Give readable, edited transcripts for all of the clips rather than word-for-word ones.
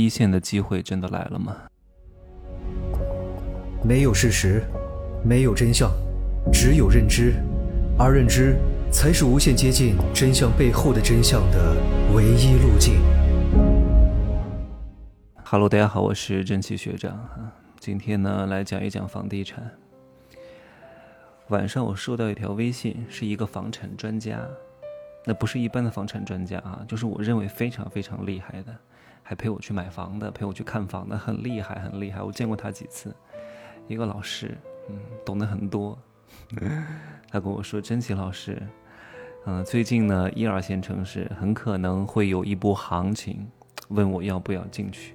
一线的机会真的来了吗？ 没有事实，没有真相，只有认知，而认知才是无限接近真相背后的真相的唯一路径。 Hello， 大家好，我是真奇学长今天呢来讲一讲房地产。晚上我收到一条微信，是一个房产专家，那不是一般的房产专家啊，就是我认为非常非常厉害的，还陪我去买房的，陪我去看房的，很厉害很厉害，我见过他几次。一个老师，懂得很多。他跟我说，真奇老师，最近呢1、2线城市很可能会有一波行情，问我要不要进去。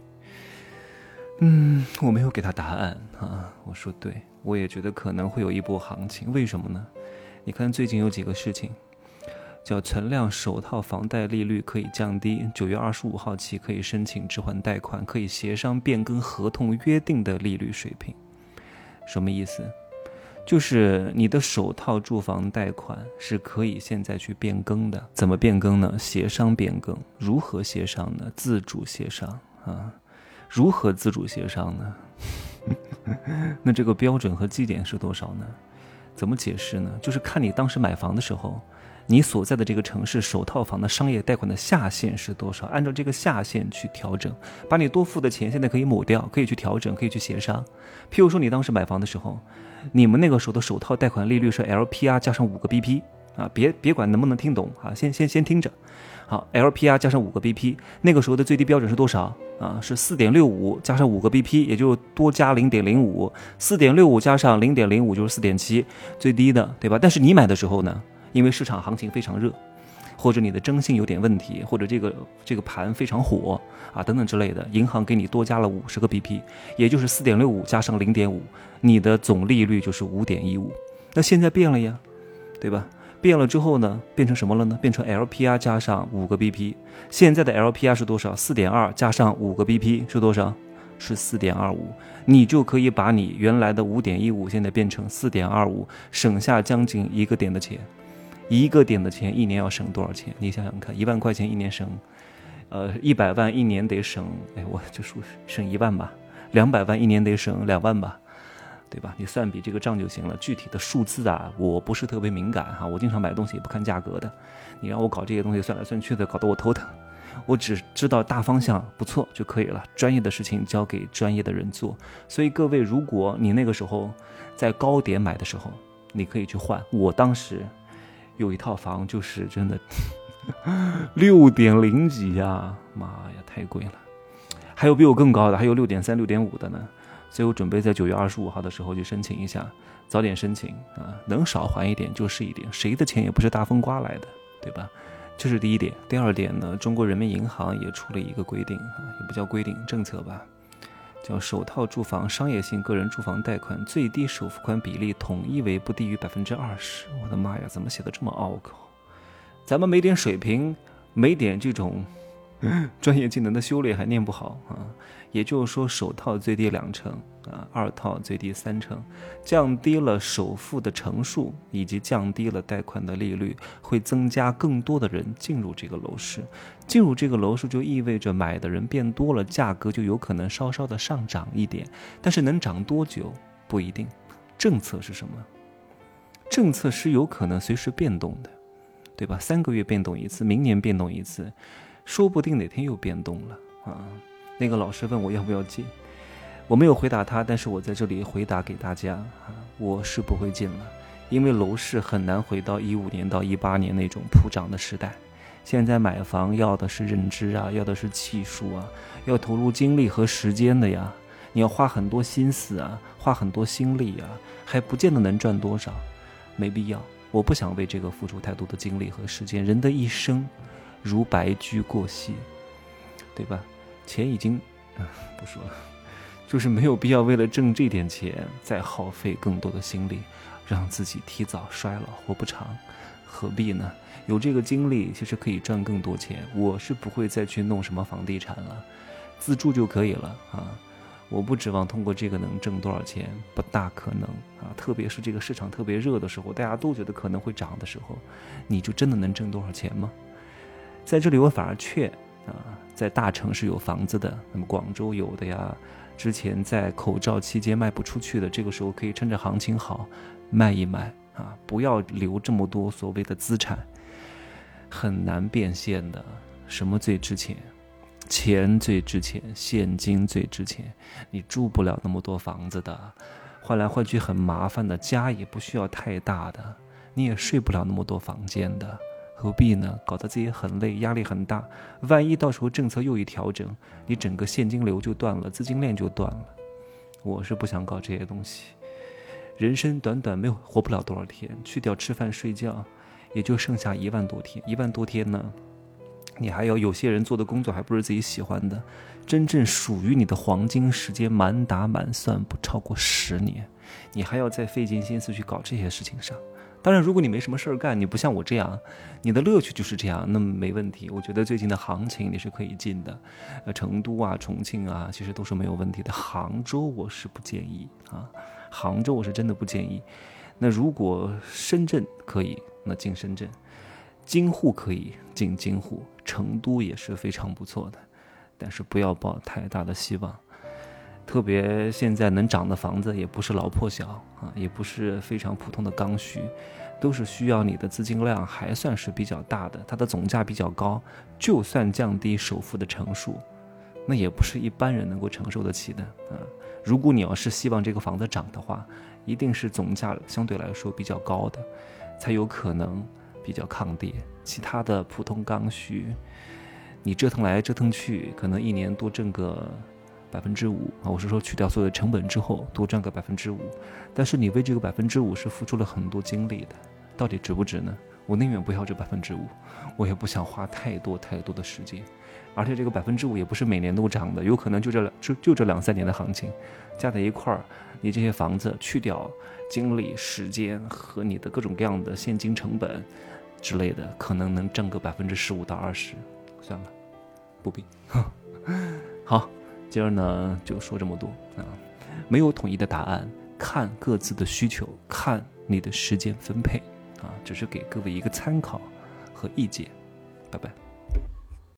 我没有给他答案啊。我说对，我也觉得可能会有一波行情。为什么呢？你看最近有几个事情，叫存量首套房贷利率可以降低，9月25号起可以申请置换贷款，可以协商变更合同约定的利率水平。什么意思？就是你的首套住房贷款是可以现在去变更的。怎么变更呢？协商变更。如何协商呢？自主协商啊。如何自主协商呢？那这个标准和基点是多少呢？怎么解释呢？就是看你当时买房的时候，你所在的这个城市首套房的商业贷款的下限是多少，按照这个下限去调整，把你多付的钱现在可以抹掉，可以去调整，可以去协商。譬如说你当时买房的时候，你们那个时候的首套贷款利率是 LPR 加上5个 BP 啊，别管能不能听懂啊，先听着。好 ，LPR 加上5个 BP， 那个时候的最低标准是多少啊？是 4.65 加上5个 BP， 也就是多加 0.05， 4.65 加上 0.05 就是 4.7， 最低的，对吧？但是你买的时候呢，因为市场行情非常热，或者你的征信有点问题，或者这个盘非常火啊，等等之类的，银行给你多加了50个 BP， 也就是 4.65 加上 0.5， 你的总利率就是 5.15。 那现在变了呀，对吧？变了之后呢，变成什么了呢？变成 LPR 加上5个 BP。 现在的 LPR 是多少？ 4.2 加上5个 BP 是多少？是 4.25。 你就可以把你原来的 5.15 现在变成 4.25， 省下将近1个点的钱。1个点的钱一年要省多少钱？你想想看，1万块钱一年省100万一年得省，我就说省1万吧，200万一年得省2万吧，对吧？你算笔这个账就行了。具体的数字啊，我不是特别敏感哈，我经常买东西也不看价格的。你让我搞这些东西算来算去的，搞得我头疼。我只知道大方向不错就可以了，专业的事情交给专业的人做。所以各位，如果你那个时候在高点买的时候，你可以去换。我当时有一套房，就是真的6.0几呀，妈呀，太贵了。还有比我更高的，还有6.3、6.5的呢。所以我准备在9月25号的时候去申请一下，早点申请啊，能少还一点就是一点，谁的钱也不是大风刮来的，对吧？这是第一点。第二点呢，中国人民银行也出了一个规定啊，也不叫规定，政策吧，叫首套住房商业性个人住房贷款最低首付款比例统一为不低于 20%。 我的妈呀，怎么写的这么拗口？咱们没点水平，没点这种专业技能的修炼还念不好啊！也就是说，首套最低2成啊，2套最低3成，降低了首付的成数，以及降低了贷款的利率，会增加更多的人进入这个楼市。进入这个楼市就意味着买的人变多了，价格就有可能稍稍的上涨一点，但是能涨多久不一定。政策是什么？政策是有可能随时变动的，对吧？3个月变动一次，明年变动一次，说不定哪天又变动了啊！那个老师问我要不要进，我没有回答他，但是我在这里回答给大家啊，我是不会进了，因为楼市很难回到15年到18年那种普涨的时代。现在买房要的是认知啊，要的是技术啊，要投入精力和时间的呀，你要花很多心思啊，花很多心力啊，还不见得能赚多少，没必要。我不想为这个付出太多的精力和时间。人的一生如白驹过隙，对吧？钱已经不说了，就是没有必要为了挣这点钱再耗费更多的心力，让自己提早衰老活不长，何必呢？有这个精力其实可以赚更多钱。我是不会再去弄什么房地产了，自住就可以了啊！我不指望通过这个能挣多少钱，不大可能啊！特别是这个市场特别热的时候，大家都觉得可能会涨的时候，你就真的能挣多少钱吗？在这里我反而劝在大城市有房子的，那么广州有的呀，之前在口罩期间卖不出去的，这个时候可以趁着行情好卖一卖不要留这么多所谓的资产，很难变现的。什么最值钱？钱最值钱，现金最值钱。你住不了那么多房子的，换来换去很麻烦的，家也不需要太大的，你也睡不了那么多房间的，何必呢？搞得自己很累，压力很大。万一到时候政策又一调整，你整个现金流就断了，资金链就断了。我是不想搞这些东西。人生短短没有活不了多少天，去掉吃饭睡觉，也就剩下1万多天。1万多天呢，你还有些人做的工作还不是自己喜欢的，真正属于你的黄金时间满打满算不超过10年，你还要再费尽心思去搞这些事情上。当然如果你没什么事儿干，你不像我这样，你的乐趣就是这样，那么没问题。我觉得最近的行情你是可以进的，成都啊重庆啊其实都是没有问题的。杭州我是不建议杭州我是真的不建议。那如果深圳可以，那进深圳，京沪可以进京沪，成都也是非常不错的，但是不要抱太大的希望。特别现在能涨的房子也不是老破小也不是非常普通的刚需，都是需要你的资金量还算是比较大的，它的总价比较高，就算降低首付的成数，那也不是一般人能够承受得起的如果你要是希望这个房子涨的话，一定是总价相对来说比较高的，才有可能比较抗跌。其他的普通刚需，你折腾来折腾去，可能一年多挣个5%我是说去掉所有的成本之后多赚个5%，但是你为这个5%是付出了很多精力的，到底值不值呢？我宁愿不要这5%，我也不想花太多的时间，而且这个5%也不是每年都涨的，有可能就这2-3年的行情加在一块儿，你这些房子去掉精力时间和你的各种各样的现金成本之类的，可能能挣个15%到20%，算了，不必好，今儿呢就说这么多没有统一的答案，看各自的需求，看你的时间分配只是给各位一个参考和意见。拜拜。